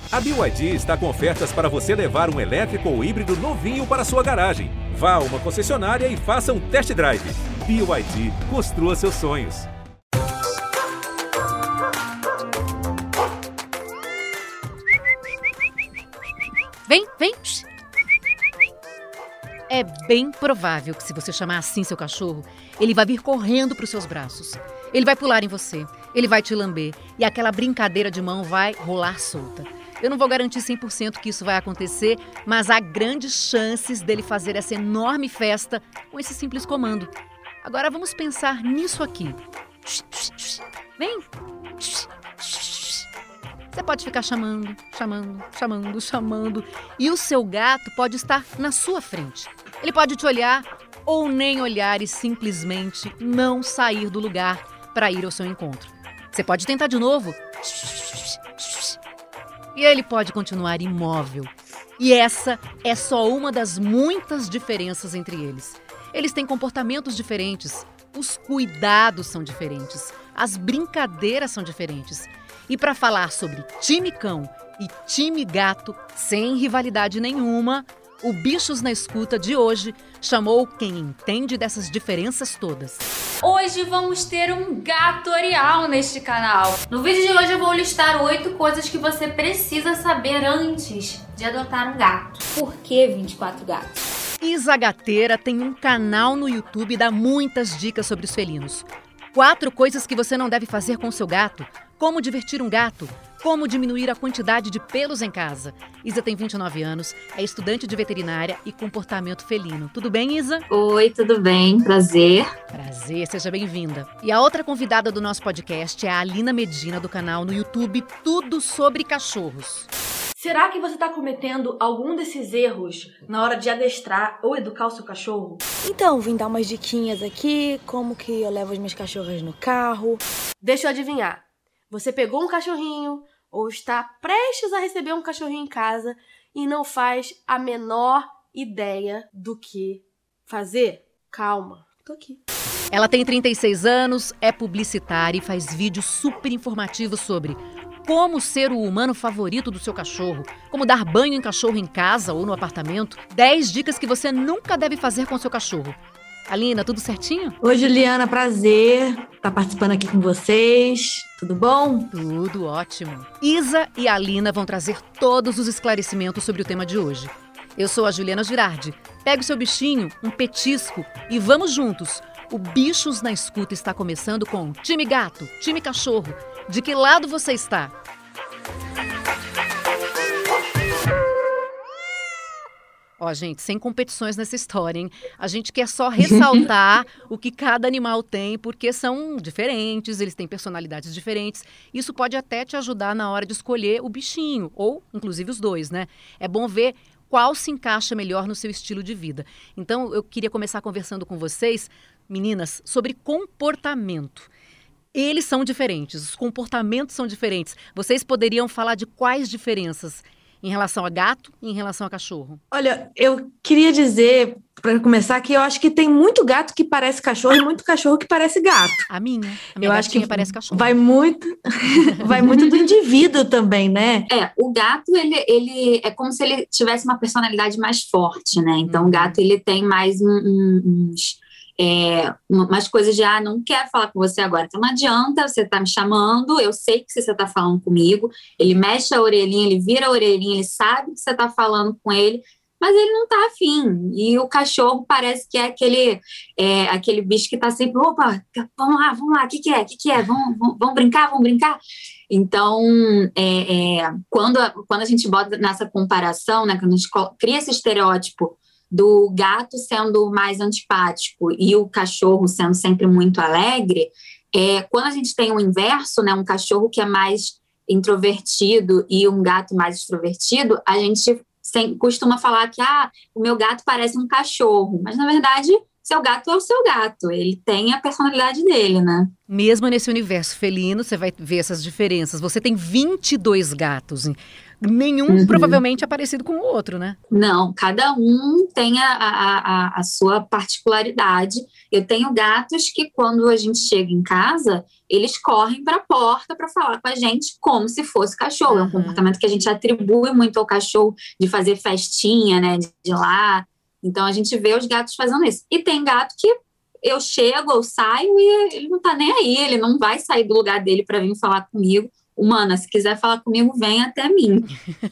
A BYD está com ofertas para você levar um elétrico ou híbrido novinho para sua garagem. Vá a uma concessionária e faça um test drive. BYD, construa seus sonhos. Vem, vem. É bem provável que se você chamar assim seu cachorro, ele vai vir correndo para os seus braços. Ele vai pular em você, ele vai te lamber e aquela brincadeira de mão vai rolar solta. Eu não vou garantir 100% que isso vai acontecer, mas há grandes chances dele fazer essa enorme festa com esse simples comando. Agora vamos pensar nisso aqui. Vem. Você pode ficar chamando, e o seu gato pode estar na sua frente. Ele pode te olhar ou nem olhar e simplesmente não sair do lugar para ir ao seu encontro. Você pode tentar de novo. E ele pode continuar imóvel. E essa é só uma das muitas diferenças entre eles. Eles têm comportamentos diferentes, os cuidados são diferentes, as brincadeiras são diferentes. E para falar sobre time cão e time gato, sem rivalidade nenhuma, o Bichos na Escuta de hoje chamou quem entende dessas diferenças todas. Hoje vamos ter um gatorial neste canal. No vídeo de hoje eu vou listar 8 coisas que você precisa saber antes de adotar um gato. Por que 24 gatos? Isa Gateira tem um canal no YouTube e dá muitas dicas sobre os felinos. 4 coisas que você não deve fazer com seu gato. Como divertir um gato. Como diminuir a quantidade de pelos em casa. Isa tem 29 anos, é estudante de veterinária e comportamento felino. Tudo bem, Isa? Oi, tudo bem? Prazer. Prazer, seja bem-vinda. E a outra convidada do nosso podcast é a Alina Medina, do canal no YouTube Tudo Sobre Cachorros. Será que você está cometendo algum desses erros na hora de adestrar ou educar o seu cachorro? Então, vim dar umas diquinhas aqui, como que eu levo as minhas cachorras no carro. Deixa eu adivinhar. Você pegou um cachorrinho ou está prestes a receber um cachorrinho em casa e não faz a menor ideia do que fazer? Calma, tô aqui. Ela tem 36 anos, é publicitária e faz vídeos super informativos sobre como ser o humano favorito do seu cachorro, como dar banho em cachorro em casa ou no apartamento, 10 dicas que você nunca deve fazer com seu cachorro. Alina, tudo certinho? Oi, Juliana, prazer estar participando aqui com vocês. Tudo bom? Tudo ótimo. Isa e Alina vão trazer todos os esclarecimentos sobre o tema de hoje. Eu sou a Juliana Girardi. Pega o seu bichinho, um petisco e vamos juntos. O Bichos na Escuta está começando com time gato, time cachorro. De que lado você está? Ó, gente, sem competições nessa história, hein? A gente quer só ressaltar o que cada animal tem, porque são diferentes, eles têm personalidades diferentes. Isso pode até te ajudar na hora de escolher o bichinho, ou inclusive os dois, né? É bom ver qual se encaixa melhor no seu estilo de vida. Então, eu queria começar conversando com vocês, meninas, sobre comportamento. Eles são diferentes, os comportamentos são diferentes. Vocês poderiam falar de quais diferenças em relação a gato e em relação a cachorro? Olha, eu queria dizer, para começar, que eu acho que tem muito gato que parece cachorro e muito cachorro que parece gato. A minha eu acho que parece cachorro. Vai muito do indivíduo também, né? O gato, ele é como se ele tivesse uma personalidade mais forte, né? Então, o gato, ele tem mais umas coisas de, não quero falar com você agora, então não adianta, você tá me chamando, eu sei que você tá falando comigo, ele mexe a orelhinha, ele vira a orelhinha, ele sabe que você tá falando com ele, mas ele não tá afim. E o cachorro parece que é aquele bicho que tá sempre, opa, vamos lá, o que é? Vamos brincar? Então, quando a gente bota nessa comparação, né, quando a gente cria esse estereótipo do gato sendo mais antipático e o cachorro sendo sempre muito alegre, quando a gente tem o inverso, né, um cachorro que é mais introvertido e um gato mais extrovertido, a gente costuma falar que o meu gato parece um cachorro, mas na verdade seu gato é o seu gato, ele tem a personalidade dele, né? Mesmo nesse universo felino, você vai ver essas diferenças. Você tem 22 gatos. Nenhum provavelmente é parecido com o outro, né? Não, cada um tem a sua particularidade. Eu tenho gatos que, quando a gente chega em casa, eles correm para a porta para falar com a gente como se fosse cachorro. É um comportamento que a gente atribui muito ao cachorro, de fazer festinha, né, de ir lá. Então, a gente vê os gatos fazendo isso. E tem gato que eu chego, eu saio e ele não tá nem aí, ele não vai sair do lugar dele para vir falar comigo. Humana, se quiser falar comigo, vem até mim.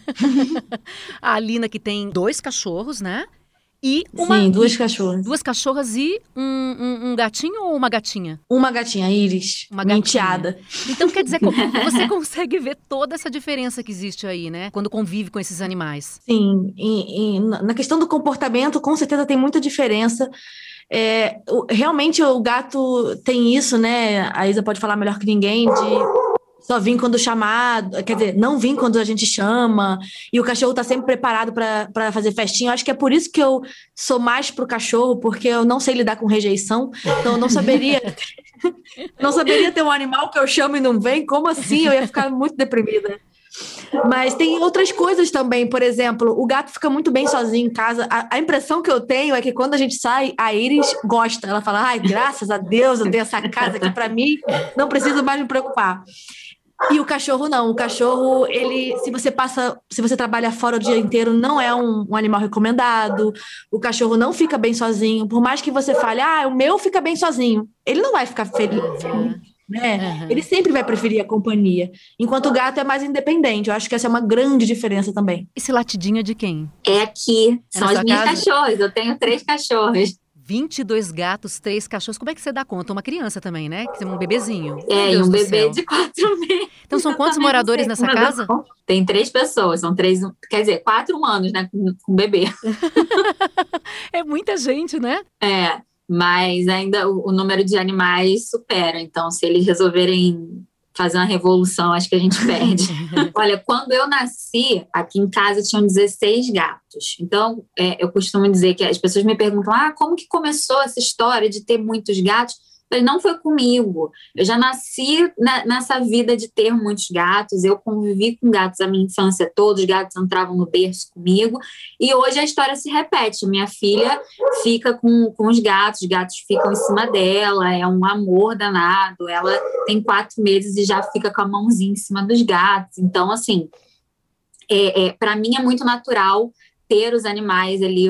A Alina, que tem 2 cachorros, né? Sim, 2 cachorras. 2 cachorras e um gatinho ou uma gatinha? Uma gatinha, Iris, Uma minha gatinha. enteada. Então, quer dizer, você consegue ver toda essa diferença que existe aí, né? Quando convive com esses animais. Sim, na questão do comportamento, com certeza tem muita diferença. Realmente o gato tem isso, né? A Isa pode falar melhor que ninguém, de só vir quando chamado, quer dizer, não vir quando a gente chama, e o cachorro tá sempre preparado para fazer festinha. Eu acho que é por isso que eu sou mais pro cachorro, porque eu não sei lidar com rejeição, então eu não saberia ter um animal que eu chamo e não vem. Como assim? Eu ia ficar muito deprimida. Mas tem outras coisas também, por exemplo, o gato fica muito bem sozinho em casa. A impressão que eu tenho é que quando a gente sai, a Iris gosta. Ela fala, ai, graças a Deus eu tenho essa casa aqui para mim, não preciso mais me preocupar. E o cachorro não. O cachorro, ele, se você trabalha fora o dia inteiro, não é um animal recomendado. O cachorro não fica bem sozinho. Por mais que você fale, o meu fica bem sozinho, ele não vai ficar feliz. Né? Ele sempre vai preferir a companhia. Enquanto o gato é mais independente. Eu acho que essa é uma grande diferença também. Esse latidinho é de quem? É aqui. É São na as sua minhas casa? cachorras. Eu tenho 3 cachorras. 22 gatos, 3 cachorros. Como é que você dá conta? Uma criança também, né? Que tem um bebezinho. E Meu Deus um do bebê céu. de 4 meses. Então são quantos moradores nessa casa? Tem 3 pessoas, são 3, quer dizer, 4 humanos, né, com bebê. É muita gente, né? Mas ainda o número de animais supera. Então, se eles resolverem fazer uma revolução, acho que a gente perde. Olha, quando eu nasci, aqui em casa tinham 16 gatos. Então, eu costumo dizer que as pessoas me perguntam, como que começou essa história de ter muitos gatos? Mas não foi comigo. Eu já nasci nessa vida de ter muitos gatos. Eu convivi com gatos a minha infância toda. Os gatos entravam no berço comigo. E hoje a história se repete. Minha filha fica com os gatos ficam em cima dela. É um amor danado. Ela tem 4 meses e já fica com a mãozinha em cima dos gatos. Então, assim, para mim é muito natural ter os animais ali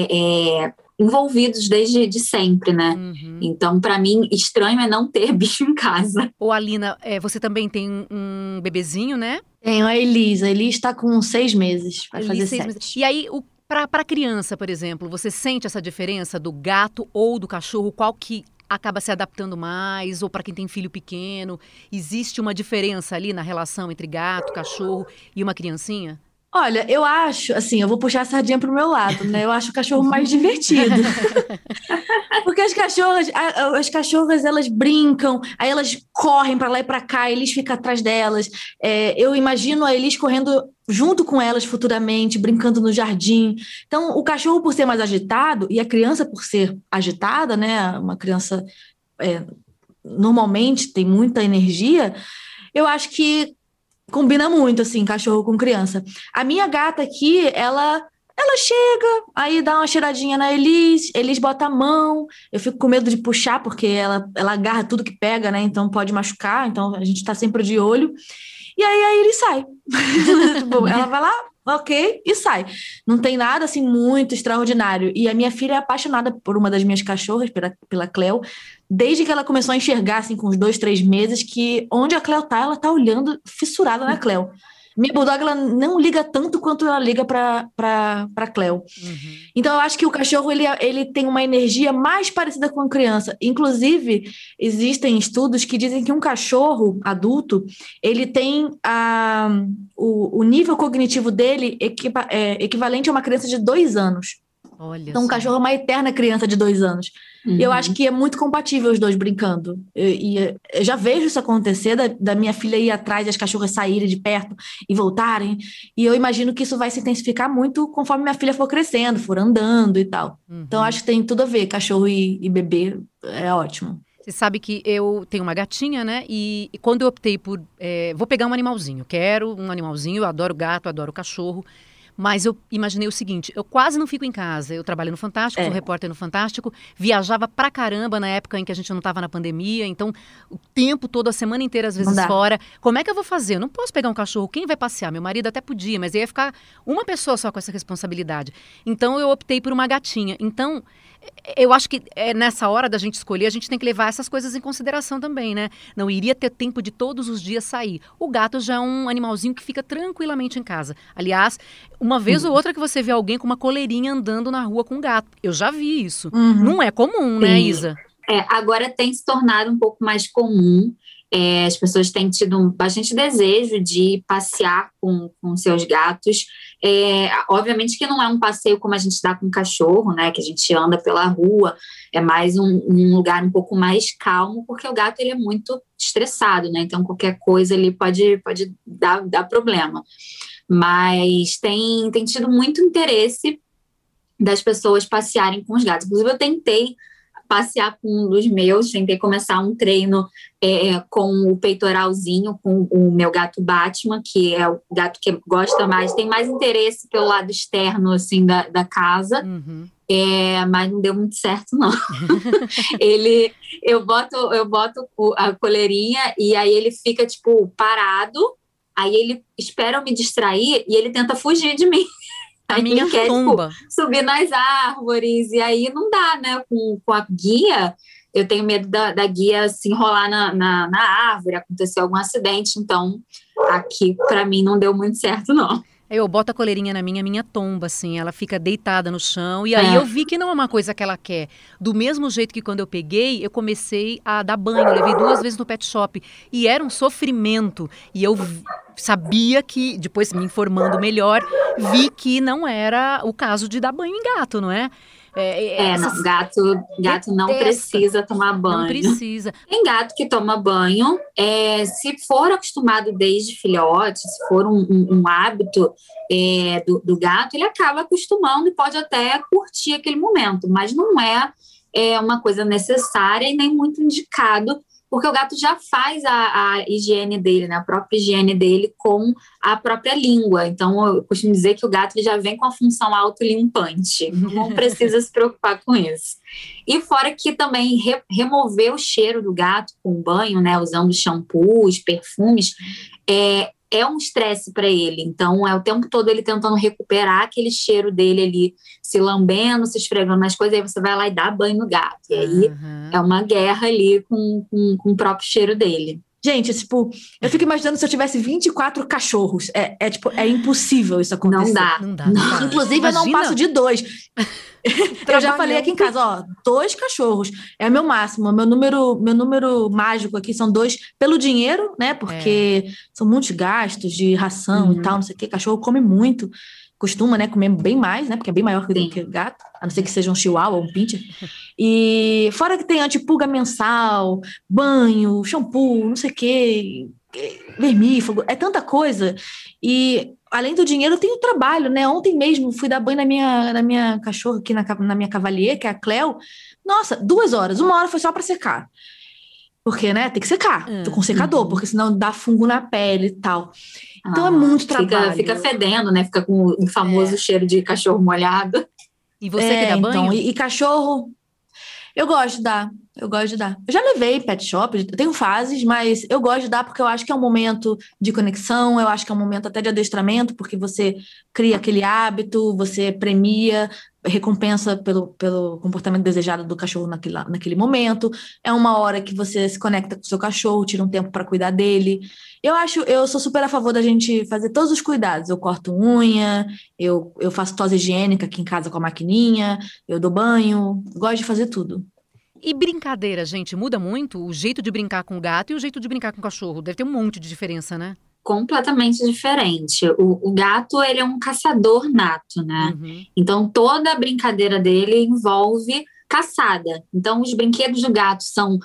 envolvidos desde sempre, né? Então, para mim, estranho é não ter bicho em casa. Ô, Alina, você também tem um bebezinho, né? Tenho a Elisa. A Elisa está com 6 meses, vai fazer 6 7. meses. E aí, para criança, por exemplo, você sente essa diferença do gato ou do cachorro? Qual que acaba se adaptando mais? Ou para quem tem filho pequeno, existe uma diferença ali na relação entre gato, cachorro e uma criancinha? Olha, eu acho, assim, eu vou puxar a sardinha pro meu lado, né? Eu acho o cachorro mais divertido. Porque as cachorras, elas brincam, aí elas correm pra lá e pra cá, eles ficam atrás delas. Eu imagino a Elis correndo junto com elas futuramente, brincando no jardim. Então, o cachorro, por ser mais agitado, e a criança, por ser agitada, né? Uma criança normalmente tem muita energia, eu acho que combina muito, assim, cachorro com criança. A minha gata aqui, ela chega, aí dá uma cheiradinha na Elis bota a mão, eu fico com medo de puxar, porque ela agarra tudo que pega, né, então pode machucar, então a gente tá sempre de olho, e aí a Elis sai. Ela vai lá, ok, e sai. Não tem nada, assim, muito extraordinário. E a minha filha é apaixonada por uma das minhas cachorras, pela Cleo, desde que ela começou a enxergar, assim, com uns 2, 3 meses, que onde a Cleo tá, ela tá olhando fissurada na Cleo. Minha bulldog, ela não liga tanto quanto ela liga pra Cleo. Então, eu acho que o cachorro, ele tem uma energia mais parecida com a criança. Inclusive, existem estudos que dizem que um cachorro adulto, ele tem o nível cognitivo dele equivalente a uma criança de 2 anos. Olha então, um só. cachorro é uma eterna criança de 2 anos. E eu acho que é muito compatível os dois brincando. Eu já vejo isso acontecer, da minha filha ir atrás e as cachorras saírem de perto e voltarem. E eu imagino que isso vai se intensificar muito conforme minha filha for crescendo, for andando e tal. Então, eu acho que tem tudo a ver, cachorro e bebê, é ótimo. Você sabe que eu tenho uma gatinha, né? E quando eu optei por... vou pegar um animalzinho. Quero um animalzinho, eu adoro gato, adoro cachorro. Mas eu imaginei o seguinte, eu quase não fico em casa. Eu trabalho no Fantástico, sou repórter no Fantástico, viajava pra caramba na época em que a gente não estava na pandemia, então o tempo todo, a semana inteira, às vezes fora. Como é que eu vou fazer? Eu não posso pegar um cachorro, quem vai passear? Meu marido até podia, mas ia ficar uma pessoa só com essa responsabilidade. Então eu optei por uma gatinha. Então, eu acho que nessa hora da gente escolher, a gente tem que levar essas coisas em consideração também, né? Não iria ter tempo de todos os dias sair. O gato já é um animalzinho que fica tranquilamente em casa. Aliás, uma vez ou outra que você vê alguém com uma coleirinha andando na rua com um gato. Eu já vi isso. Não é comum, né, Isa? Agora tem se tornado um pouco mais comum. As pessoas têm tido bastante desejo de passear com seus gatos. Obviamente que não é um passeio como a gente dá com cachorro, né? Que a gente anda pela rua. É mais um lugar um pouco mais calmo, porque o gato ele é muito estressado, né? Então qualquer coisa ali pode dar problema. Mas tem tido muito interesse das pessoas passearem com os gatos. Inclusive eu tentei passear com um dos meus, tentei começar um treino com o peitoralzinho, com o meu gato Batman, que é o gato que gosta mais, tem mais interesse pelo lado externo, assim, da casa, mas não deu muito certo, não. Eu boto a coleirinha e aí ele fica, tipo, parado, aí ele espera eu me distrair e ele tenta fugir de mim. A minha ele quer, tumba. tipo, subir nas árvores, e aí não dá, né? Com a guia, eu tenho medo da guia se enrolar na árvore, acontecer algum acidente, então aqui, para mim, não deu muito certo, não. Eu boto a coleirinha na minha tomba, assim, ela fica deitada no chão, e aí eu vi que não é uma coisa que ela quer. Do mesmo jeito que quando eu peguei, eu comecei a dar banho, eu levei 2 vezes no pet shop, e era um sofrimento, e eu sabia que, depois me informando melhor, vi que não era o caso de dar banho em gato, não é? Não, gato não precisa tomar banho. Não precisa. Tem gato que toma banho, se for acostumado desde filhote, se for um hábito do gato, ele acaba acostumando e pode até curtir aquele momento, mas não é uma coisa necessária e nem muito indicado, porque o gato já faz a higiene dele, né? A própria higiene dele com a própria língua. Então, eu costumo dizer que o gato ele já vem com a função autolimpante. Não precisa se preocupar com isso. E fora que também remover o cheiro do gato com banho, né? Usando shampoos, perfumes, é um estresse para ele. Então, é o tempo todo ele tentando recuperar aquele cheiro dele ali, se lambendo, se esfregando nas coisas, aí você vai lá e dá banho no gato. E aí é uma guerra ali com o próprio cheiro dele. Gente, tipo, eu fico imaginando se eu tivesse 24 cachorros. É impossível isso acontecer. Não dá. Inclusive, imagina. Eu não passo de 2. Eu já falei aqui em casa, 2 cachorros. É o meu máximo. Meu número mágico aqui são 2 pelo dinheiro, né? Porque são muitos gastos de ração e tal, não sei o quê. Cachorro come muito. Costuma, né, comer bem mais, né? Porque é bem maior que o gato. A não ser que seja um chihuahua ou um pincher. E fora que tem antipulga mensal, banho, shampoo, não sei o quê, vermífugo. É tanta coisa. E além do dinheiro, tem o trabalho, né? Ontem mesmo fui dar banho na minha cachorra aqui, na minha cavalier, que é a Cleo. Nossa, 2 horas. 1 hora foi só para secar. Porque, né, tem que secar. Tô com secador, porque senão dá fungo na pele e tal. Então é muito trabalho. Fica fedendo, né? Fica com o famoso cheiro de cachorro molhado. E você que dá banho? Então, e cachorro... Eu gosto de dar. Eu já levei pet shop, eu tenho fases, mas eu gosto de dar porque eu acho que é um momento de conexão, eu acho que é um momento até de adestramento, porque você cria aquele hábito, você premia, recompensa pelo comportamento desejado do cachorro naquele momento. É uma hora que você se conecta com o seu cachorro, tira um tempo para cuidar dele. Eu sou super a favor da gente fazer todos os cuidados. Eu corto unha, eu faço tosse higiênica aqui em casa com a maquininha, eu dou banho, gosto de fazer tudo. E brincadeira, gente, muda muito o jeito de brincar com o gato e o jeito de brincar com o cachorro? Deve ter um monte de diferença, né? Completamente diferente. O gato, ele é um caçador nato, né? Então, toda a brincadeira dele envolve caçada. Então, os brinquedos do gato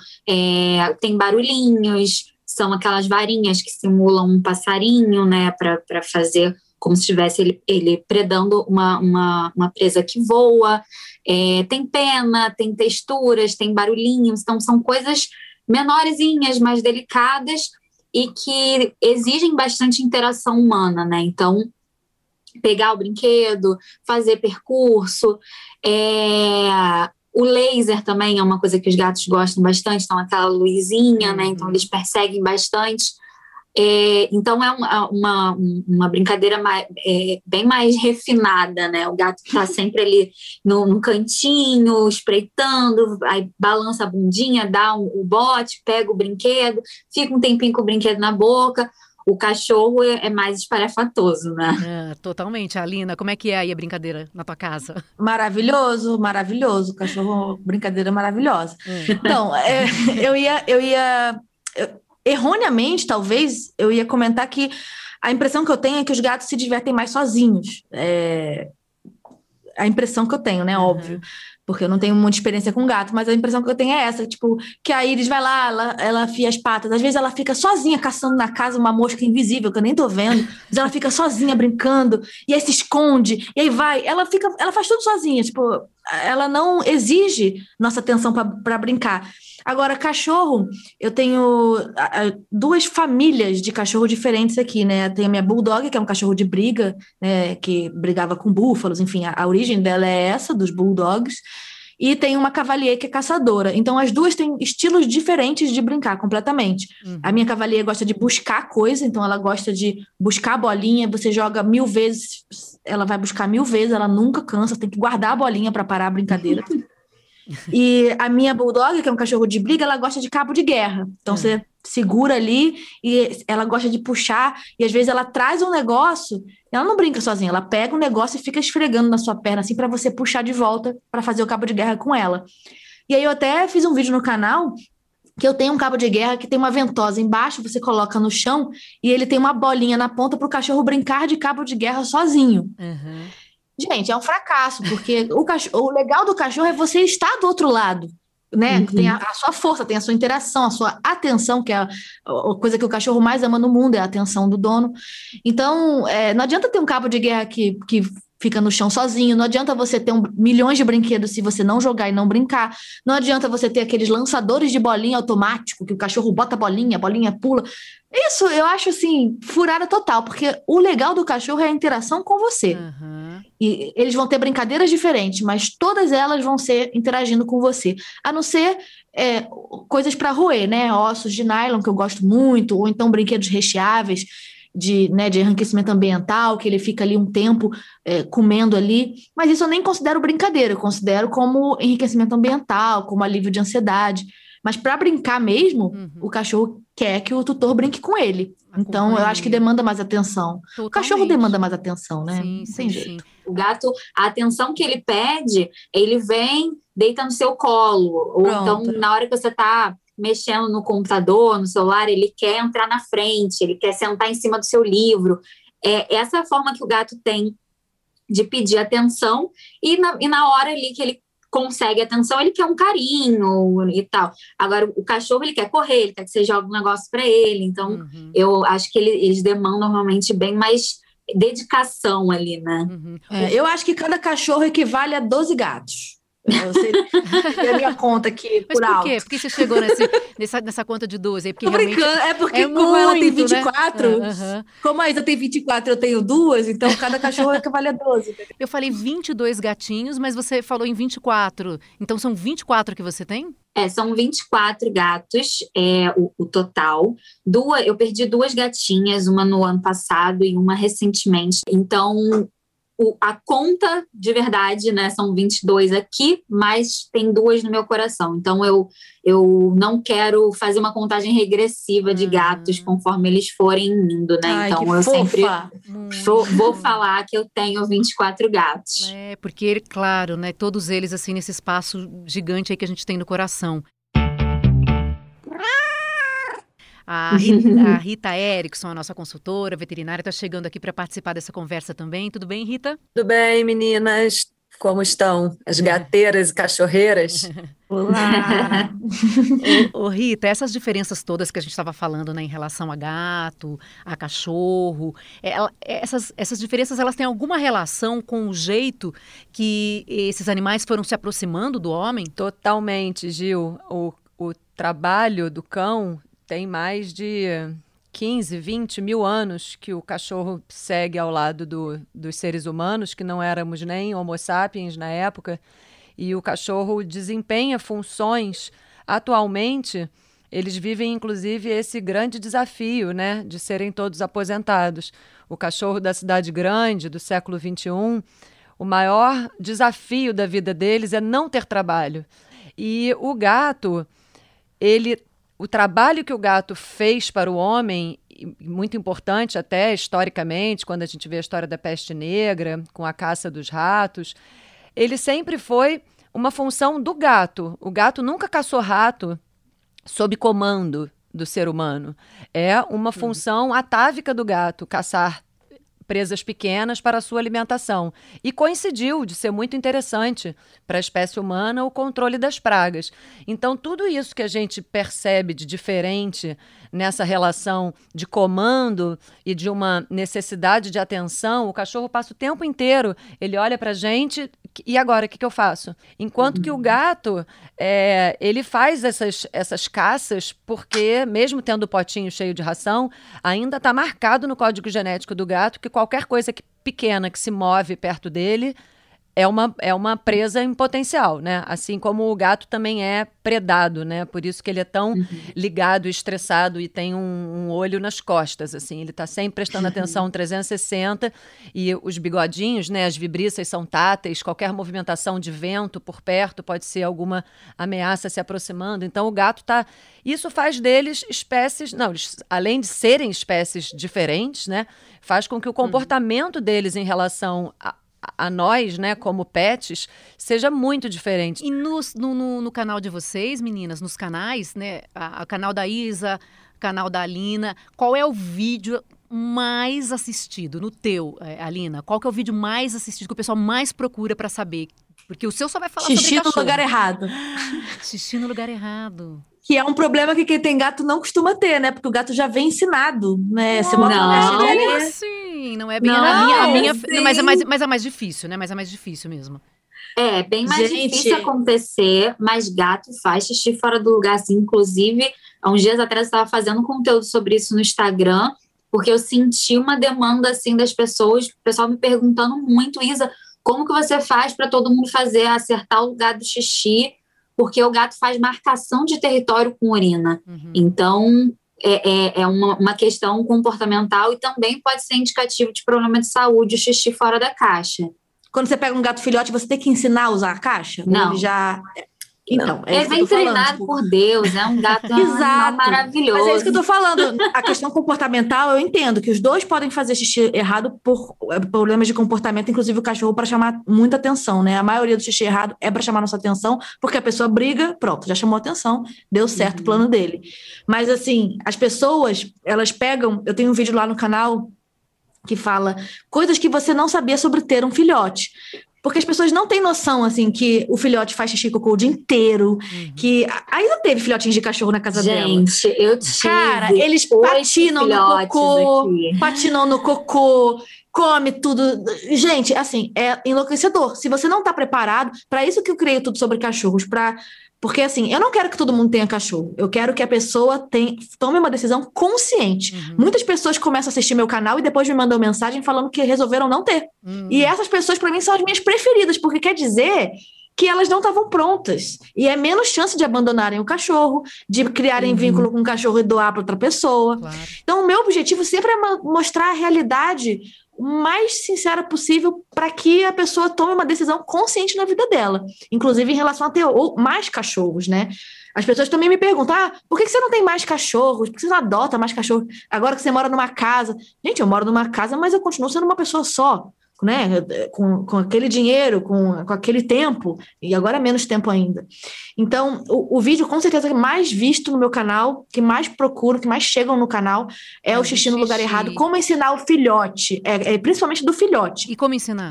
tem barulhinhos, são aquelas varinhas que simulam um passarinho, né? Para fazer como se estivesse ele predando uma presa que voa. tem pena, tem texturas, tem barulhinhos, então são coisas menorzinhas, mais delicadas e que exigem bastante interação humana, né? Então, pegar o brinquedo, fazer percurso, o laser também é uma coisa que os gatos gostam bastante, então aquela luzinha, né? Então eles perseguem bastante. Então é uma brincadeira bem mais refinada, né? O gato está sempre ali no cantinho, espreitando, aí balança a bundinha, dá o bote, pega o brinquedo, fica um tempinho com o brinquedo na boca. O cachorro é mais espalhafatoso, né? Totalmente. Alina, como é que é aí a brincadeira na tua casa? Maravilhoso, maravilhoso. Cachorro, brincadeira maravilhosa. Então, erroneamente, talvez, eu ia comentar que a impressão que eu tenho é que os gatos se divertem mais sozinhos. A impressão que eu tenho, né? Óbvio. Porque eu não tenho muita experiência com gato, mas a impressão que eu tenho é essa, tipo, que a Iris vai lá, ela afia as patas. Às vezes ela fica sozinha caçando na casa uma mosca invisível, que eu nem tô vendo, mas ela fica sozinha brincando, e aí se esconde, e aí vai. Ela faz tudo sozinha, tipo, ela não exige nossa atenção para brincar. Agora, cachorro, eu tenho duas famílias de cachorro diferentes aqui, né? Tem a minha Bulldog, que é um cachorro de briga, né? Que brigava com búfalos, enfim, a origem dela é essa, dos Bulldogs. E tem uma Cavalier que é caçadora. Então, as duas têm estilos diferentes de brincar, completamente. A minha Cavalier gosta de buscar coisa, então ela gosta de buscar a bolinha, você joga 1000 vezes, ela vai buscar 1000 vezes, ela nunca cansa, tem que guardar a bolinha para parar a brincadeira. E a minha Bulldog, que é um cachorro de briga, ela gosta de cabo de guerra. Então você segura ali e ela gosta de puxar, e às vezes ela traz um negócio, ela não brinca sozinha, ela pega um negócio e fica esfregando na sua perna assim para você puxar de volta para fazer o cabo de guerra com ela. E aí eu até fiz um vídeo no canal que eu tenho um cabo de guerra que tem uma ventosa embaixo, você coloca no chão e ele tem uma bolinha na ponta para o cachorro brincar de cabo de guerra sozinho. Gente, é um fracasso, porque o legal do cachorro é você estar do outro lado, né? Tem a sua força, tem a sua interação, a sua atenção, que é a coisa que o cachorro mais ama no mundo, é a atenção do dono. Então, não adianta ter um cabo de guerra que fica no chão sozinho, não adianta você ter milhões de brinquedos se você não jogar e não brincar, não adianta você ter aqueles lançadores de bolinha automático, que o cachorro bota a bolinha pula. Isso eu acho, assim, furada total, porque o legal do cachorro é a interação com você. E eles vão ter brincadeiras diferentes, mas todas elas vão ser interagindo com você. A não ser coisas para roer, né? Ossos de nylon, que eu gosto muito, ou então brinquedos recheáveis de enriquecimento ambiental, que ele fica ali um tempo comendo ali. Mas isso eu nem considero brincadeira, eu considero como enriquecimento ambiental, como alívio de ansiedade. Mas para brincar mesmo, o cachorro quer que o tutor brinque com ele. Então, eu acho que demanda mais atenção. Totalmente. O cachorro demanda mais atenção, né? Sim, não tem jeito. O gato, a atenção que ele pede, ele vem, deita no seu colo. Ou então, na hora que você está mexendo no computador, no celular, ele quer entrar na frente, ele quer sentar em cima do seu livro. Essa é a forma que o gato tem de pedir atenção. E na hora ali que ele consegue atenção, ele quer um carinho e tal. Agora, o cachorro, ele quer correr, ele quer que você jogue um negócio para ele. Então, eu acho que eles demandam normalmente bem mais dedicação ali, né? Eu acho que cada cachorro equivale a 12 gatos. Eu sei a minha conta aqui por alto. Mas por quê? Por que você chegou nessa conta de 12? Porque tô brincando, porque como ela tem 24, né? Como a Isa tem 24, eu tenho 2, então cada cachorro equivale a 12. Eu falei 22 gatinhos, mas você falou em 24. Então são 24 que você tem? São 24 gatos, o total. Eu perdi 2 gatinhas, uma no ano passado e uma recentemente. Então, a conta de verdade, né, são 22 aqui, mas tem 2 no meu coração. Então, eu não quero fazer uma contagem regressiva de gatos conforme eles forem indo, né? Ai, então, eu sempre vou falar que eu tenho 24 gatos. Porque, claro, né, todos eles, assim, nesse espaço gigante aí que a gente tem no coração. A Rita Erickson, a nossa consultora veterinária, está chegando aqui para participar dessa conversa também. Tudo bem, Rita? Tudo bem, meninas? Como estão as gateiras e cachorreiras? Olá! Ô, Rita, essas diferenças todas que a gente estava falando, né, em relação a gato, a cachorro, essas diferenças, elas têm alguma relação com o jeito que esses animais foram se aproximando do homem? Totalmente, Gil. O trabalho do cão tem mais de 15, 20 mil anos que o cachorro segue ao lado dos seres humanos, que não éramos nem homo sapiens na época, e o cachorro desempenha funções. Atualmente, eles vivem, inclusive, esse grande desafio, né, de serem todos aposentados. O cachorro da cidade grande, do século XXI, o maior desafio da vida deles é não ter trabalho. E o gato, o trabalho que o gato fez para o homem, muito importante até historicamente, quando a gente vê a história da peste negra, com a caça dos ratos, ele sempre foi uma função do gato. O gato nunca caçou rato sob comando do ser humano. É uma função atávica do gato, caçar presas pequenas para a sua alimentação. E coincidiu de ser muito interessante para a espécie humana o controle das pragas. Então, tudo isso que a gente percebe de diferente nessa relação de comando e de uma necessidade de atenção, o cachorro passa o tempo inteiro, ele olha para a gente, e agora, o que eu faço? Enquanto que o gato, ele faz essas caças porque, mesmo tendo o potinho cheio de ração, ainda está marcado no código genético do gato que qualquer coisa pequena que se move perto dele é uma presa em potencial, né? Assim como o gato também é predado, né? Por isso que ele é tão ligado e estressado e tem um olho nas costas, assim. Ele está sempre prestando atenção 360 e os bigodinhos, né? As vibriças são táteis, qualquer movimentação de vento por perto pode ser alguma ameaça se aproximando. Então o gato está... Isso faz deles espécies... Não, eles, além de serem espécies diferentes, né? Faz com que o comportamento deles em relação a nós, né, como pets, seja muito diferente. E no canal de vocês, meninas, nos canais, né, o canal da Isa, o canal da Alina, qual é o vídeo mais assistido no teu, Alina? Qual que é o vídeo mais assistido, que o pessoal mais procura para saber? Porque o seu só vai falar sobre cachorro. Xixi no lugar errado. Xixi no lugar errado. Que é um problema que quem tem gato não costuma ter, né? Porque o gato já vem ensinado, né? Você bota Não. na caixa dele. Sim, não é bem Não, a minha sim. mas é mais difícil, né? Mas é mais difícil mesmo. É bem mais Gente. difícil acontecer, mas gato faz xixi fora do lugar, assim. Inclusive, há uns dias atrás eu estava fazendo conteúdo sobre isso no Instagram, porque eu senti uma demanda, assim, das pessoas, o pessoal me perguntando muito, Isa, como que você faz para todo mundo acertar o lugar do xixi? Porque o gato faz marcação de território com urina. Então, é uma questão comportamental e também pode ser indicativo de problema de saúde, o xixi fora da caixa. Quando você pega um gato filhote, você tem que ensinar a usar a caixa? Não. Ou ele já... Então, Ele isso que vem eu tô falando, treinado tipo... por Deus, é um gato Exato. maravilhoso. Mas é isso que eu tô falando. A questão comportamental, eu entendo que os dois podem fazer xixi errado por problemas de comportamento, inclusive o cachorro, para chamar muita atenção, né? A maioria do xixi errado é para chamar nossa atenção, porque a pessoa briga, pronto, já chamou atenção, deu certo o plano dele. Mas, assim, as pessoas, elas pegam... Eu tenho um vídeo lá no canal que fala coisas que você não sabia sobre ter um filhote. Porque as pessoas não têm noção, assim, que o filhote faz xixi e cocô o dia inteiro, que... Ainda teve filhotinhos de cachorro na casa dela. Gente, eu tive. Cara, eles patinam no cocô, patinam no cocô, come tudo. Gente, assim, é enlouquecedor. Se você não tá preparado, para isso que eu criei tudo sobre cachorros, porque, assim, eu não quero que todo mundo tenha cachorro. Eu quero que a pessoa tome uma decisão consciente. Muitas pessoas começam a assistir meu canal e depois me mandam mensagem falando que resolveram não ter. E essas pessoas, para mim, são as minhas preferidas, porque quer dizer que elas não estavam prontas. E é menos chance de abandonarem o cachorro, de criarem vínculo com o cachorro e doar para outra pessoa. Claro. Então, o meu objetivo sempre é mostrar a realidade o mais sincera possível para que a pessoa tome uma decisão consciente na vida dela. Inclusive em relação a ter mais cachorros, né? As pessoas também me perguntam, por que você não tem mais cachorros? Por que você não adota mais cachorros? Agora que você mora numa casa. Gente, eu moro numa casa, mas eu continuo sendo uma pessoa só. né, com aquele dinheiro, com aquele tempo, e agora menos tempo ainda. Então, o vídeo, com certeza, mais visto no meu canal, que mais procuro, que mais chegam no canal, é o xixi no lugar errado. Como ensinar o filhote, principalmente do filhote. E como ensinar?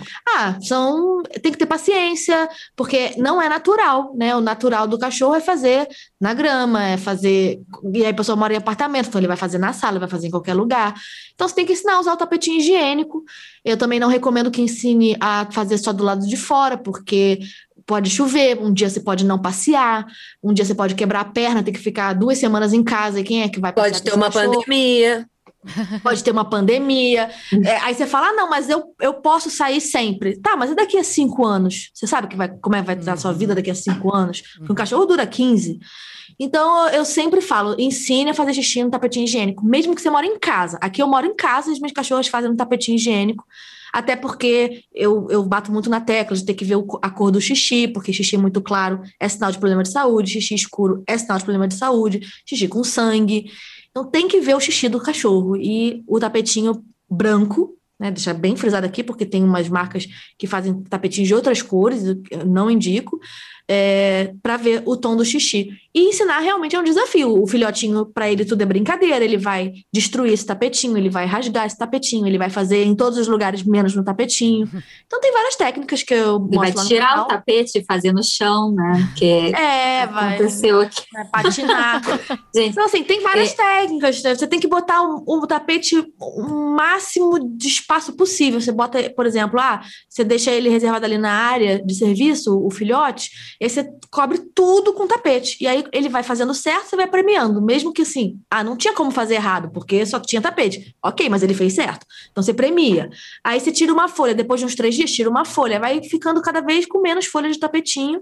Tem que ter paciência, porque não é natural, né? O natural do cachorro é fazer na grama, e aí a pessoa mora em apartamento, então ele vai fazer na sala, ele vai fazer em qualquer lugar. Então, você tem que ensinar a usar o tapetinho higiênico. Eu também não recomendo que ensine a fazer só do lado de fora, porque pode chover, um dia você pode não passear, um dia você pode quebrar a perna, ter que ficar 2 semanas em casa, e quem é que vai passear? Pode ter uma pandemia. Pode ter uma pandemia. Aí você fala, não, mas eu posso sair sempre. Tá, mas e daqui a 5 anos? Você sabe como é que vai estar a sua vida daqui a 5 anos? Porque um cachorro dura 15. Então, eu sempre falo, ensine a fazer xixi no tapetinho higiênico, mesmo que você mora em casa. Aqui eu moro em casa e as minhas cachorras fazem no tapetinho higiênico, até porque eu bato muito na tecla de ter que ver a cor do xixi, porque xixi muito claro é sinal de problema de saúde, xixi escuro é sinal de problema de saúde, xixi com sangue. Então, tem que ver o xixi do cachorro. E o tapetinho branco, né, deixar bem frisado aqui, porque tem umas marcas que fazem tapetinhos de outras cores, eu não indico, para ver o tom do xixi. E ensinar realmente é um desafio. O filhotinho, para ele, tudo é brincadeira. Ele vai destruir esse tapetinho, ele vai rasgar esse tapetinho, ele vai fazer em todos os lugares, menos no tapetinho. Então, tem várias técnicas que eu mostro lá no vai tirar canal. O tapete e fazer no chão, né? Que aconteceu aqui. Vai patinar. Gente, então, assim, tem várias técnicas. Você tem que botar o tapete o máximo de espaço possível. Você bota, por exemplo, você deixa ele reservado ali na área de serviço, o filhote, e aí você cobre tudo com tapete. E aí ele vai fazendo certo, você vai premiando. Mesmo que assim, não tinha como fazer errado, porque só tinha tapete. Ok, mas ele fez certo. Então você premia. Aí você tira uma folha, depois de uns 3 dias, tira uma folha. Vai ficando cada vez com menos folha de tapetinho.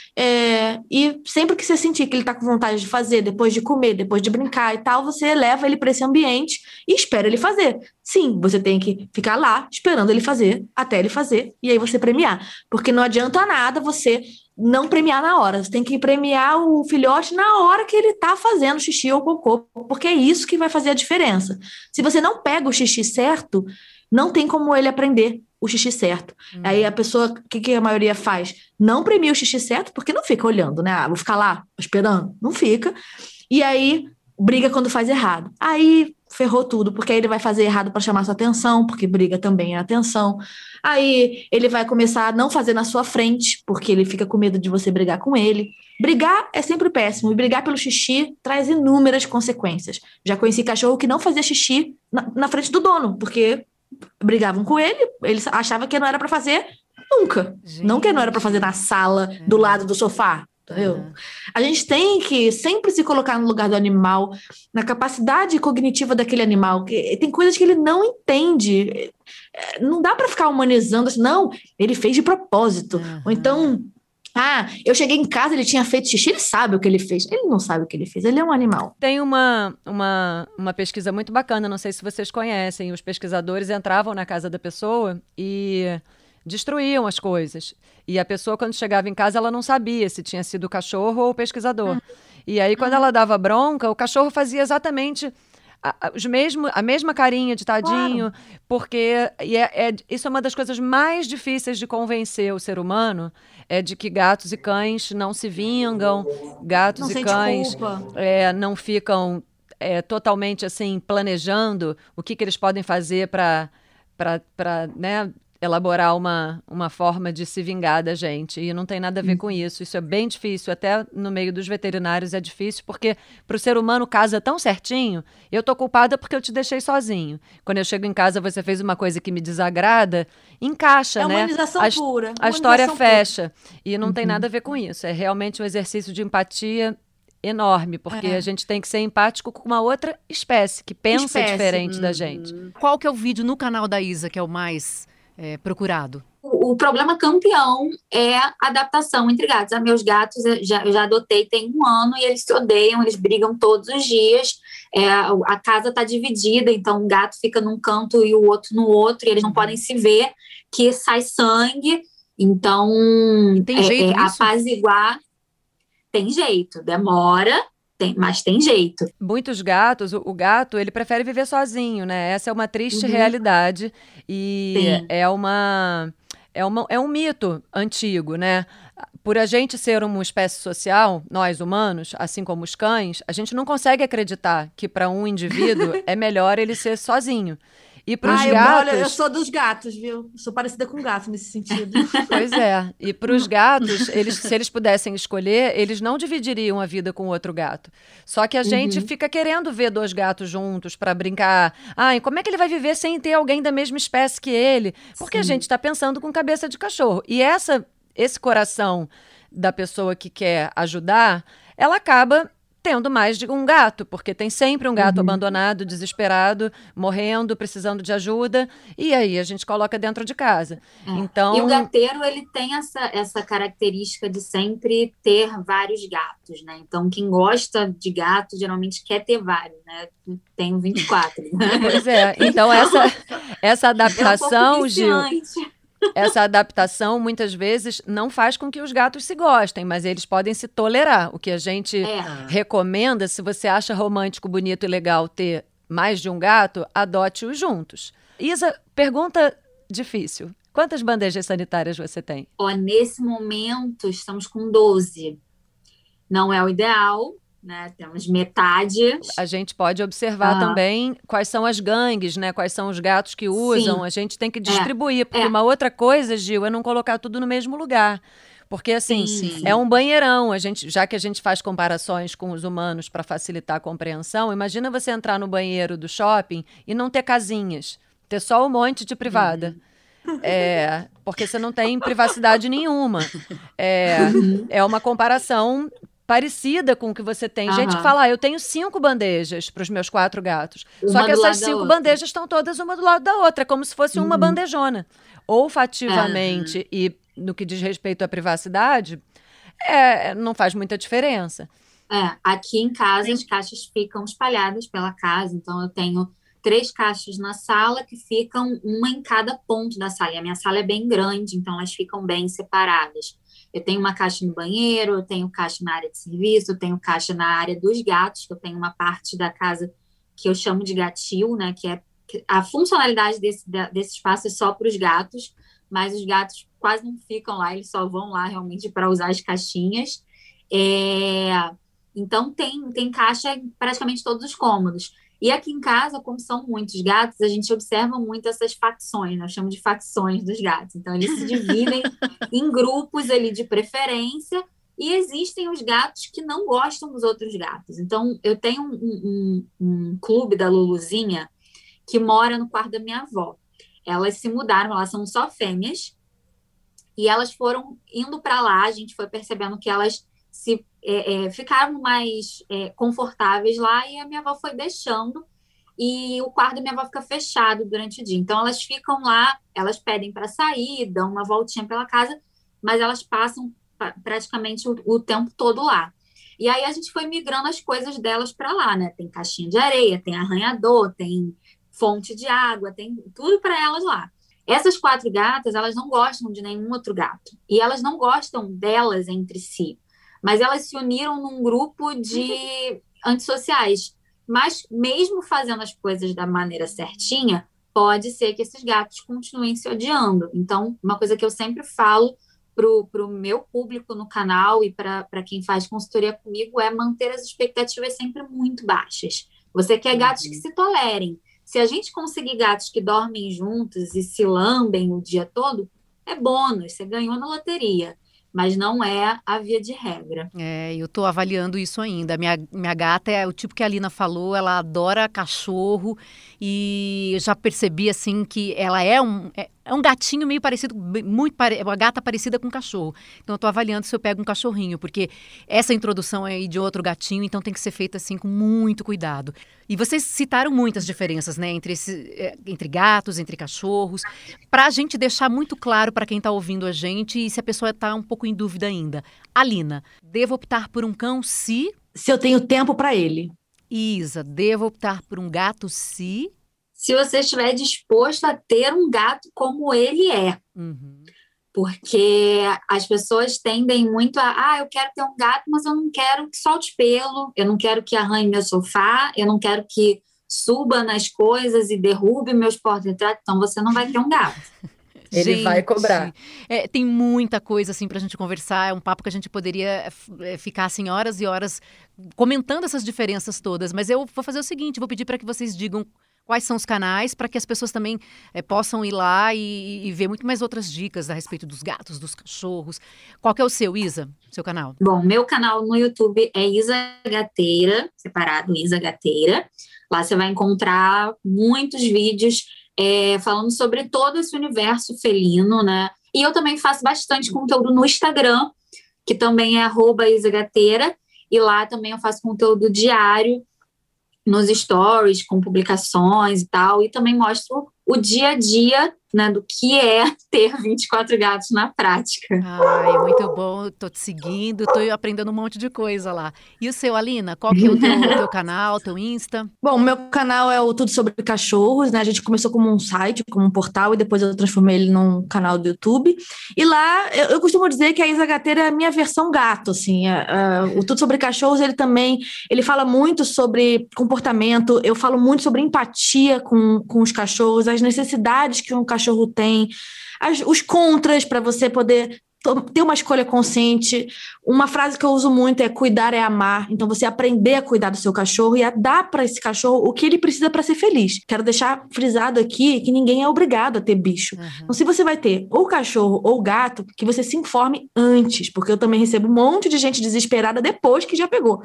E sempre que você sentir que ele tá com vontade de fazer, depois de comer, depois de brincar e tal, você leva ele para esse ambiente e espera ele fazer. Sim, você tem que ficar lá esperando ele fazer, até ele fazer, e aí você premiar. Porque não adianta nada você não premiar na hora. Você tem que premiar o filhote na hora que ele tá fazendo xixi ou cocô, porque é isso que vai fazer a diferença. Se você não pega o xixi certo, não tem como ele aprender o xixi certo. Aí a pessoa, o que a maioria faz? Não premia o xixi certo, porque não fica olhando, né? Vou ficar lá esperando. Não fica. E aí briga quando faz errado. Aí ferrou tudo, porque aí ele vai fazer errado para chamar sua atenção, porque briga também é atenção. Aí ele vai começar a não fazer na sua frente, porque ele fica com medo de você brigar com ele. Brigar é sempre péssimo, e brigar pelo xixi traz inúmeras consequências. Já conheci cachorro que não fazia xixi na frente do dono, porque brigavam com ele achava que não era para fazer nunca. Gente. Não que não era para fazer na sala, do lado do sofá. Entendeu? A gente tem que sempre se colocar no lugar do animal, na capacidade cognitiva daquele animal. Tem coisas que ele não entende. Não dá para ficar humanizando assim, não, ele fez de propósito. Ou então, eu cheguei em casa, ele tinha feito xixi, ele sabe o que ele fez. Ele não sabe o que ele fez, ele é um animal. Tem uma pesquisa muito bacana, não sei se vocês conhecem. Os pesquisadores entravam na casa da pessoa e destruíam as coisas. E a pessoa, quando chegava em casa, ela não sabia se tinha sido o cachorro ou o pesquisador. E aí, quando ela dava bronca, o cachorro fazia exatamente a mesma carinha de tadinho, claro. Porque isso é uma das coisas mais difíceis de convencer o ser humano, é de que gatos e cães não se vingam, gatos e cães não ficam totalmente assim planejando o que eles podem fazer para né, elaborar uma forma de se vingar da gente. E não tem nada a ver com isso. Isso é bem difícil. Até no meio dos veterinários é difícil, porque para o ser humano casa tão certinho. Eu tô culpada porque eu te deixei sozinho. Quando eu chego em casa, você fez uma coisa que me desagrada, encaixa, né? Humanização pura. A história fecha. E não tem nada a ver com isso. É realmente um exercício de empatia enorme, porque a gente tem que ser empático com uma outra espécie que pensa diferente da gente. Qual que é o vídeo no canal da Isa que é o mais procurado? O problema campeão é a adaptação entre gatos. Meus gatos eu já adotei tem 1 ano e eles se odeiam, eles brigam todos os dias. A casa está dividida, então um gato fica num canto e o outro no outro, e eles não podem se ver, que sai sangue. Então, tem jeito apaziguar tem jeito, demora, mas tem jeito. Muitos gatos, o gato, ele prefere viver sozinho, né? Essa é uma triste realidade e é um mito antigo, né? Por a gente ser uma espécie social, nós humanos, assim como os cães, a gente não consegue acreditar que para um indivíduo é melhor ele ser sozinho. E para os gatos... eu sou dos gatos, viu? Sou parecida com gato nesse sentido. Pois é. E para os gatos, se eles pudessem escolher, eles não dividiriam a vida com outro gato. Só que a gente fica querendo ver 2 gatos juntos para brincar. E como é que ele vai viver sem ter alguém da mesma espécie que ele? Porque a gente está pensando com cabeça de cachorro. E esse coração da pessoa que quer ajudar, ela acaba tendo mais de um gato, porque tem sempre um gato abandonado, desesperado, morrendo, precisando de ajuda, e aí a gente coloca dentro de casa. Então... E o gateiro, ele tem essa característica de sempre ter vários gatos, né? Então, quem gosta de gato, geralmente quer ter vários, né? Tenho 24. Né? Pois é. Então, essa adaptação, Gil... Essa adaptação, muitas vezes, não faz com que os gatos se gostem, mas eles podem se tolerar. O que a gente recomenda, se você acha romântico, bonito e legal ter mais de um gato, adote-os juntos. Isa, pergunta difícil. Quantas bandejas sanitárias você tem? Nesse momento, estamos com 12. Não é o ideal, né? Temos metade. A gente pode observar também quais são as gangues, né? Quais são os gatos que usam. Sim. A gente tem que distribuir. Porque uma outra coisa, Gil, é não colocar tudo no mesmo lugar. Porque, assim, é um banheirão. Já que a gente faz comparações com os humanos para facilitar a compreensão, imagina você entrar no banheiro do shopping e não ter casinhas. Ter só um monte de privada. Porque você não tem privacidade nenhuma. É uma comparação parecida com o que você tem. Gente que fala, eu tenho 5 bandejas para os meus 4 gatos. Só que essas 5 bandejas estão todas uma do lado da outra, como se fosse uma bandejona. Olfativamente e no que diz respeito à privacidade, não faz muita diferença. Aqui em casa as caixas ficam espalhadas pela casa, então eu tenho 3 caixas na sala que ficam uma em cada ponto da sala. E a minha sala é bem grande, então elas ficam bem separadas. Eu tenho uma caixa no banheiro, eu tenho caixa na área de serviço, eu tenho caixa na área dos gatos, que eu tenho uma parte da casa que eu chamo de gatil, né? Que a funcionalidade desse espaço é só para os gatos, mas os gatos quase não ficam lá, eles só vão lá realmente para usar as caixinhas. Então tem caixa em praticamente todos os cômodos. E aqui em casa, como são muitos gatos, a gente observa muito essas facções, nós chamamos de facções dos gatos. Então, eles se dividem em grupos ali de preferência e existem os gatos que não gostam dos outros gatos. Então, eu tenho um clube da Luluzinha que mora no quarto da minha avó. Elas se mudaram, elas são só fêmeas e elas foram indo para lá, a gente foi percebendo que elas ficaram mais confortáveis lá e a minha avó foi deixando e o quarto da minha avó fica fechado durante o dia. Então, elas ficam lá, elas pedem para sair, dão uma voltinha pela casa, mas elas passam praticamente o tempo todo lá. E aí a gente foi migrando as coisas delas para lá, né? Tem caixinha de areia, tem arranhador, tem fonte de água, tem tudo para elas lá. Essas 4 gatas, elas não gostam de nenhum outro gato e elas não gostam delas entre si. Mas elas se uniram num grupo de antissociais. Mas mesmo fazendo as coisas da maneira certinha, pode ser que esses gatos continuem se odiando. Então, uma coisa que eu sempre falo para o meu público no canal e para quem faz consultoria comigo é manter as expectativas sempre muito baixas. Você quer gatos que se tolerem. Se a gente conseguir gatos que dormem juntos e se lambem o dia todo, é bônus, você ganhou na loteria. Mas não é a via de regra. Eu estou avaliando isso ainda. Minha gata é o tipo que a Alina falou, ela adora cachorro e eu já percebi assim que ela é um gatinho meio parecido, uma gata parecida com um cachorro. Então eu estou avaliando se eu pego um cachorrinho, porque essa introdução é de outro gatinho, então tem que ser feita assim com muito cuidado. E vocês citaram muitas diferenças, né, entre gatos, entre cachorros, para a gente deixar muito claro para quem está ouvindo a gente e se a pessoa está um pouco em dúvida ainda. Alina, devo optar por um cão se eu tenho tempo para ele. Isa, devo optar por um gato se você estiver disposto a ter um gato como ele é. Porque as pessoas tendem muito eu quero ter um gato, mas eu não quero que solte pelo, eu não quero que arranhe meu sofá, eu não quero que suba nas coisas e derrube meus porta-retratos, então você não vai ter um gato. Ele vai cobrar. Tem muita coisa assim pra gente conversar, é um papo que a gente poderia ficar assim horas e horas comentando essas diferenças todas, mas eu vou fazer o seguinte, vou pedir para que vocês digam quais são os canais, para que as pessoas também possam ir lá e ver muito mais outras dicas a respeito dos gatos, dos cachorros. Qual que é o seu, Isa? Seu canal? Bom, meu canal no YouTube é Isa Gateira, separado Isa Gateira. Lá você vai encontrar muitos vídeos falando sobre todo esse universo felino, né? E eu também faço bastante conteúdo no Instagram, que também é @IsaGateira, e lá também eu faço conteúdo diário nos stories, com publicações e tal, e também mostro o dia a dia, né, do que é ter 24 gatos na prática. Ai, muito bom, tô te seguindo, tô aprendendo um monte de coisa lá. E o seu, Alina, qual que é o teu canal, teu Insta? Bom, meu canal é o Tudo Sobre Cachorros, né? A gente começou como um site, como um portal, e depois eu transformei ele num canal do YouTube. E lá, eu costumo dizer que a Isa Gateira é a minha versão gato, assim. O Tudo Sobre Cachorros, ele fala muito sobre comportamento, eu falo muito sobre empatia com os cachorros, as necessidades que um cachorro tem, os contras para você poder ter uma escolha consciente. Uma frase que eu uso muito é cuidar é amar. Então você aprender a cuidar do seu cachorro e a dar para esse cachorro o que ele precisa para ser feliz. Quero deixar frisado aqui que ninguém é obrigado a ter bicho. Então se você vai ter ou cachorro ou gato, que você se informe antes, porque eu também recebo um monte de gente desesperada depois que já pegou.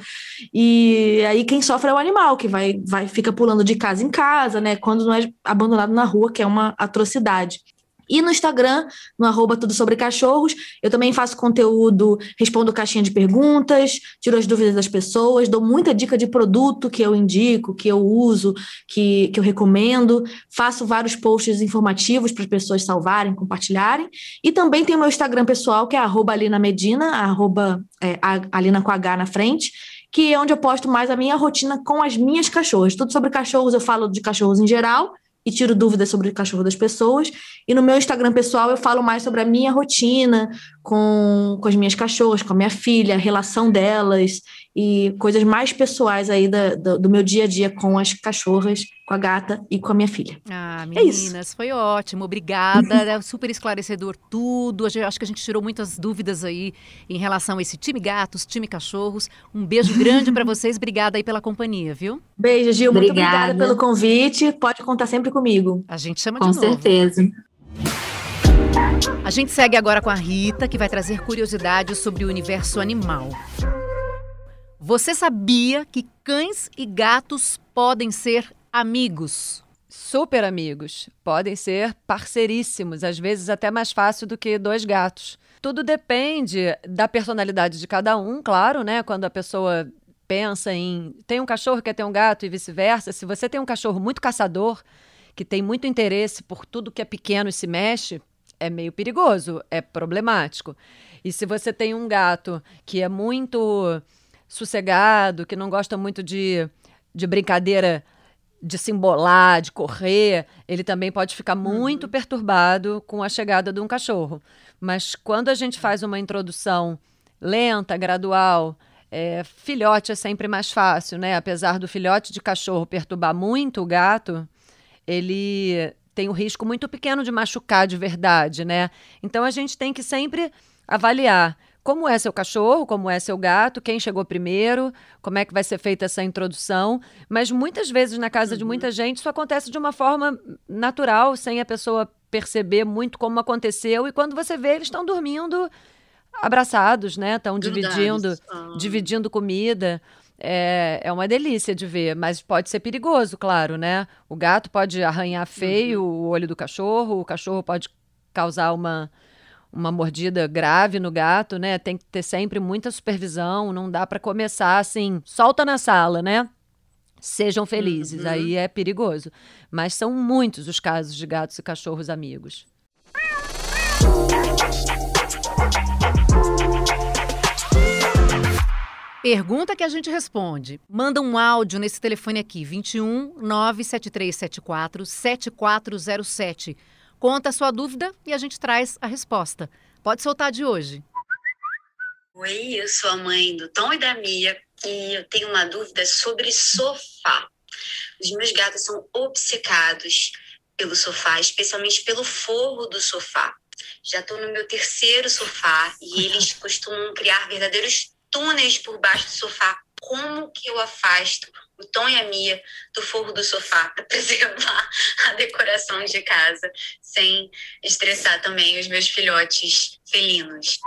E aí quem sofre é o animal, que fica pulando de casa em casa, né? Quando não é abandonado na rua, que é uma atrocidade. E no Instagram, no @Tudo Sobre Cachorros, eu também faço conteúdo, respondo caixinha de perguntas, tiro as dúvidas das pessoas, dou muita dica de produto que eu indico, que eu uso, que eu recomendo, faço vários posts informativos para as pessoas salvarem, compartilharem, e também tem o meu Instagram pessoal, que é @AlinaMedina, Alina com H na frente, que é onde eu posto mais a minha rotina com as minhas cachorras. Tudo sobre cachorros, eu falo de cachorros em geral, e tiro dúvidas sobre o cachorro das pessoas. E no meu Instagram pessoal eu falo mais sobre a minha rotina com as minhas cachorras, com a minha filha, a relação delas e coisas mais pessoais aí do meu dia a dia com as cachorras, com a gata e com a minha filha. Meninas, foi ótimo, obrigada, é super esclarecedor tudo, acho que a gente tirou muitas dúvidas aí em relação a esse time gatos, time cachorros. Um beijo grande para vocês, obrigada aí pela companhia, viu? Beijo, Gil, muito obrigada pelo convite, pode contar sempre comigo. A gente chama de novo. Com certeza. A gente segue agora com a Rita, que vai trazer curiosidades sobre o universo animal. Você sabia que cães e gatos podem ser amigos? Super amigos. Podem ser parceiríssimos, às vezes até mais fácil do que 2 gatos. Tudo depende da personalidade de cada um, claro, né? Quando a pessoa pensa em tem um cachorro que quer ter um gato e vice-versa. Se você tem um cachorro muito caçador, que tem muito interesse por tudo que é pequeno e se mexe, é meio perigoso, é problemático. E se você tem um gato que é muito sossegado, que não gosta muito de brincadeira de se embolar, de correr, ele também pode ficar muito perturbado com a chegada de um cachorro. Mas quando a gente faz uma introdução lenta, gradual, filhote é sempre mais fácil, né? Apesar do filhote de cachorro perturbar muito o gato, ele tem um risco muito pequeno de machucar de verdade, né? Então a gente tem que sempre avaliar como é seu cachorro, como é seu gato, quem chegou primeiro, como é que vai ser feita essa introdução. Mas muitas vezes na casa de muita gente isso acontece de uma forma natural, sem a pessoa perceber muito como aconteceu. E quando você vê, eles estão dormindo abraçados, né? Estão dividindo comida. É uma delícia de ver, mas pode ser perigoso, claro, né? O gato pode arranhar feio o olho do cachorro, o cachorro pode causar uma mordida grave no gato, né? Tem que ter sempre muita supervisão, não dá para começar assim, solta na sala, né? Sejam felizes, aí é perigoso. Mas são muitos os casos de gatos e cachorros amigos. Pergunta que a gente responde. Manda um áudio nesse telefone aqui, 21 97374 7407. Conta a sua dúvida e a gente traz a resposta. Pode soltar de hoje. Oi, eu sou a mãe do Tom e da Mia e eu tenho uma dúvida sobre sofá. Os meus gatos são obcecados pelo sofá, especialmente pelo forro do sofá. Já estou no meu 3º sofá e eles costumam criar verdadeiros túneis por baixo do sofá. Como que eu afasto o Tom e a Mia do forro do sofá para preservar a decoração de casa sem estressar também os meus filhotes felinos?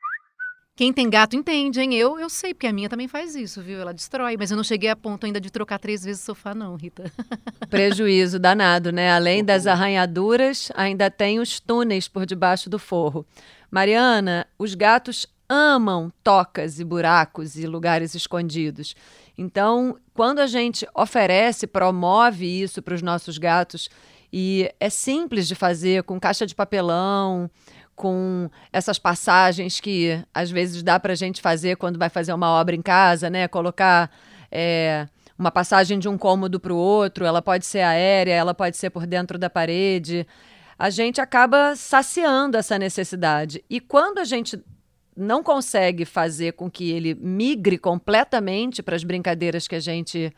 Quem tem gato entende, hein? Eu sei, porque a minha também faz isso, viu? Ela destrói, mas eu não cheguei a ponto ainda de trocar 3 vezes o sofá, não, Rita. Prejuízo danado, né? Além das arranhaduras, ainda tem os túneis por debaixo do forro. Mariana, os gatos amam tocas e buracos e lugares escondidos. Então, quando a gente oferece, promove isso para os nossos gatos, e é simples de fazer, com caixa de papelão, com essas passagens que às vezes dá para a gente fazer quando vai fazer uma obra em casa, né? Colocar uma passagem de um cômodo para o outro, ela pode ser aérea, ela pode ser por dentro da parede. A gente acaba saciando essa necessidade. E quando a gente não consegue fazer com que ele migre completamente para as brincadeiras que a gente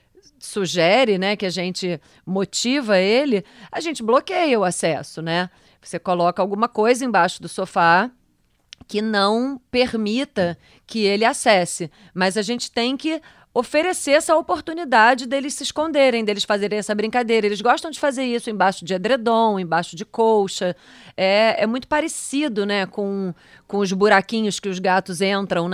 sugere, né? Que a gente motiva ele, a gente bloqueia o acesso, né? Você coloca alguma coisa embaixo do sofá que não permita que ele acesse. Mas a gente tem que oferecer essa oportunidade deles se esconderem, deles fazerem essa brincadeira. Eles gostam de fazer isso embaixo de edredom, embaixo de colcha. É muito parecido, né, com os buraquinhos que os gatos entram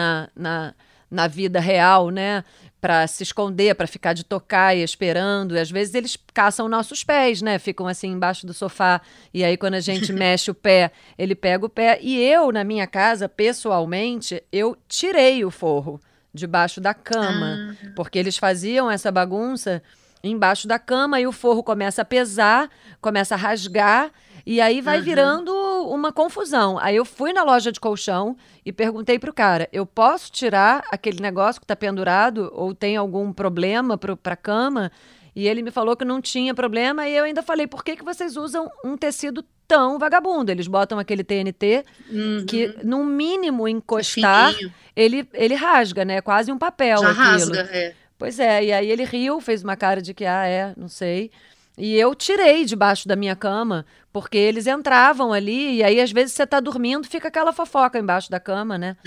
na vida real, né? Para se esconder, para ficar de tocaia esperando. E às vezes eles caçam nossos pés, né? Ficam assim embaixo do sofá. E aí quando a gente mexe o pé, ele pega o pé. E eu, na minha casa, pessoalmente, eu tirei o forro debaixo da cama. Porque eles faziam essa bagunça embaixo da cama e o forro começa a pesar, começa a rasgar. E aí vai virando uma confusão. Aí eu fui na loja de colchão e perguntei pro cara, eu posso tirar aquele negócio que tá pendurado ou tem algum problema pra cama? E ele me falou que não tinha problema e eu ainda falei, por que vocês usam um tecido tão vagabundo? Eles botam aquele TNT que, no mínimo, encostar, ele rasga, né? Quase um papel Já aquilo. rasga, Pois é, e aí ele riu, fez uma cara de que, não sei. E eu tirei debaixo da minha cama, porque eles entravam ali, e aí às vezes você tá dormindo, fica aquela fofoca embaixo da cama, né?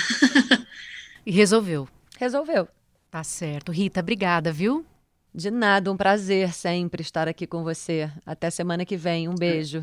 E resolveu. Resolveu. Tá certo. Rita, obrigada, viu? De nada, um prazer sempre estar aqui com você. Até semana que vem, um beijo.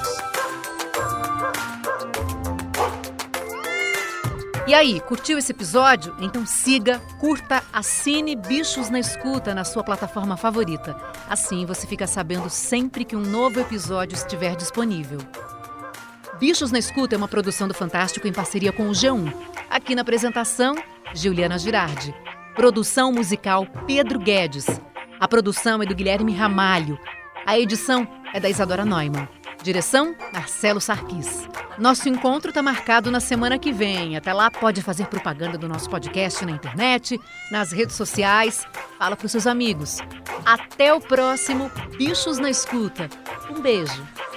E aí, curtiu esse episódio? Então siga, curta, assine Bichos na Escuta na sua plataforma favorita. Assim você fica sabendo sempre que um novo episódio estiver disponível. Bichos na Escuta é uma produção do Fantástico em parceria com o G1. Aqui na apresentação, Juliana Girardi. Produção musical Pedro Guedes. A produção é do Guilherme Ramalho. A edição é da Isadora Neumann. Direção, Marcelo Sarquis. Nosso encontro está marcado na semana que vem. Até lá, pode fazer propaganda do nosso podcast na internet, nas redes sociais. Fala para os seus amigos. Até o próximo Bichos na Escuta. Um beijo.